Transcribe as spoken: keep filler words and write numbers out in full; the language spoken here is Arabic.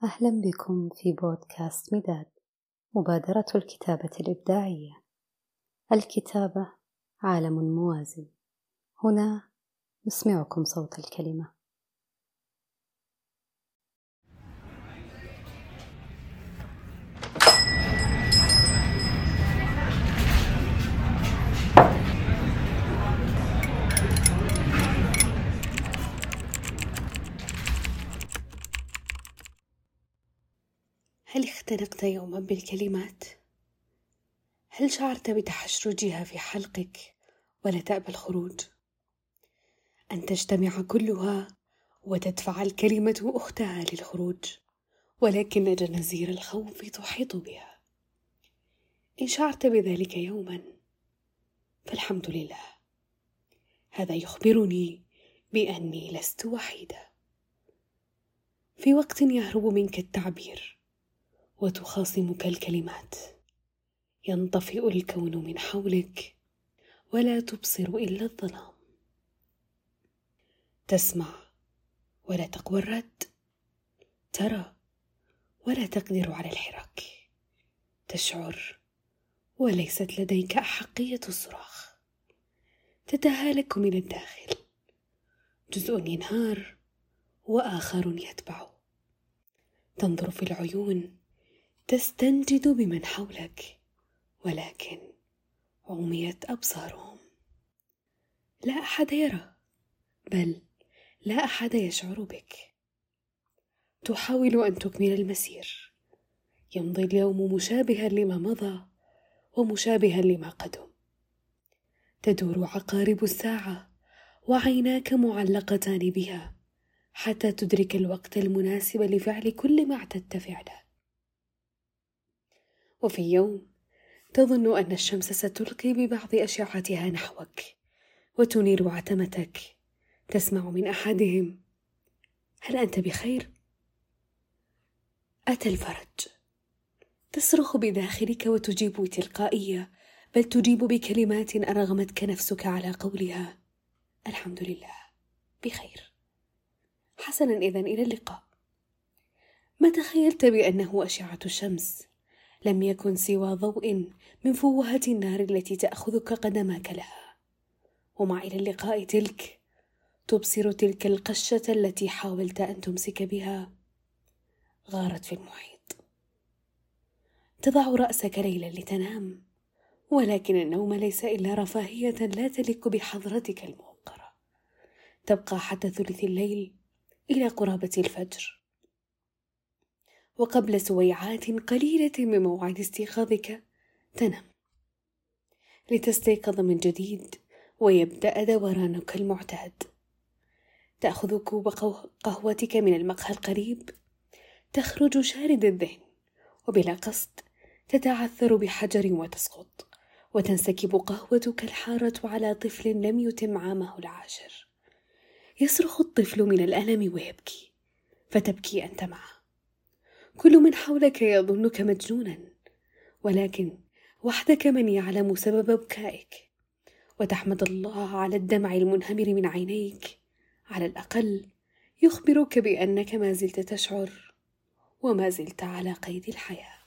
أهلا بكم في بودكاست مداد، مبادرة الكتابة الإبداعية. الكتابة عالم موازي، هنا نسمعكم صوت الكلمة. هل اختنقت يوما بالكلمات؟ هل شعرت بتحشرجها في حلقك ولا تأبى الخروج؟ أن تجتمع كلها وتدفع الكلمة أختها للخروج، ولكن جنازير الخوف تحيط بها. إن شعرت بذلك يوما فالحمد لله، هذا يخبرني بأني لست وحيدة. في وقت يهرب منك التعبير وتخاصمك الكلمات، ينطفئ الكون من حولك ولا تبصر إلا الظلام. تسمع ولا تقوى الرد، ترى ولا تقدر على الحراك، تشعر وليست لديك أحقية الصراخ. تتهالك من الداخل، جزء ينهار وآخر يتبع. تنظر في العيون، تستنجد بمن حولك، ولكن عميت أبصارهم. لا أحد يرى، بل لا أحد يشعر بك. تحاول أن تكمل المسير، يمضي اليوم مشابها لما مضى ومشابها لما قدم. تدور عقارب الساعة وعيناك معلقتان بها حتى تدرك الوقت المناسب لفعل كل ما اعتدت فعله. وفي يوم تظن أن الشمس ستلقي ببعض أشعتها نحوك وتنير عتمتك، تسمع من أحدهم: هل أنت بخير؟ أتى الفرج. تصرخ بداخلك وتجيب بتلقائية، بل تجيب بكلمات أرغمتك نفسك على قولها: الحمد لله بخير. حسنا، إذن إلى اللقاء. ما تخيلت بأنه أشعة الشمس لم يكن سوى ضوء من فوهة النار التي تأخذك قدماك لها، ومع إلى اللقاء تلك تبصر تلك القشة التي حاولت أن تمسك بها غارت في المحيط. تضع رأسك ليلا لتنام، ولكن النوم ليس إلا رفاهية لا تليق بحضرتك الموقرة. تبقى حتى ثلث الليل إلى قرابة الفجر، وقبل سويعات قليلة من موعد استيقاظك تنام لتستيقظ من جديد ويبدأ دورانك المعتاد. تأخذ كوب قهوتك من المقهى القريب، تخرج شارد الذهن وبلا قصد تتعثر بحجر وتسقط، وتنسكب قهوتك الحارة على طفل لم يتم عامه العاشر. يصرخ الطفل من الألم ويبكي، فتبكي أنت معه. كل من حولك يظنك مجنونا، ولكن وحدك من يعلم سبب بكائك، وتحمد الله على الدمع المنهمر من عينيك. على الأقل يخبرك بأنك ما زلت تشعر وما زلت على قيد الحياة.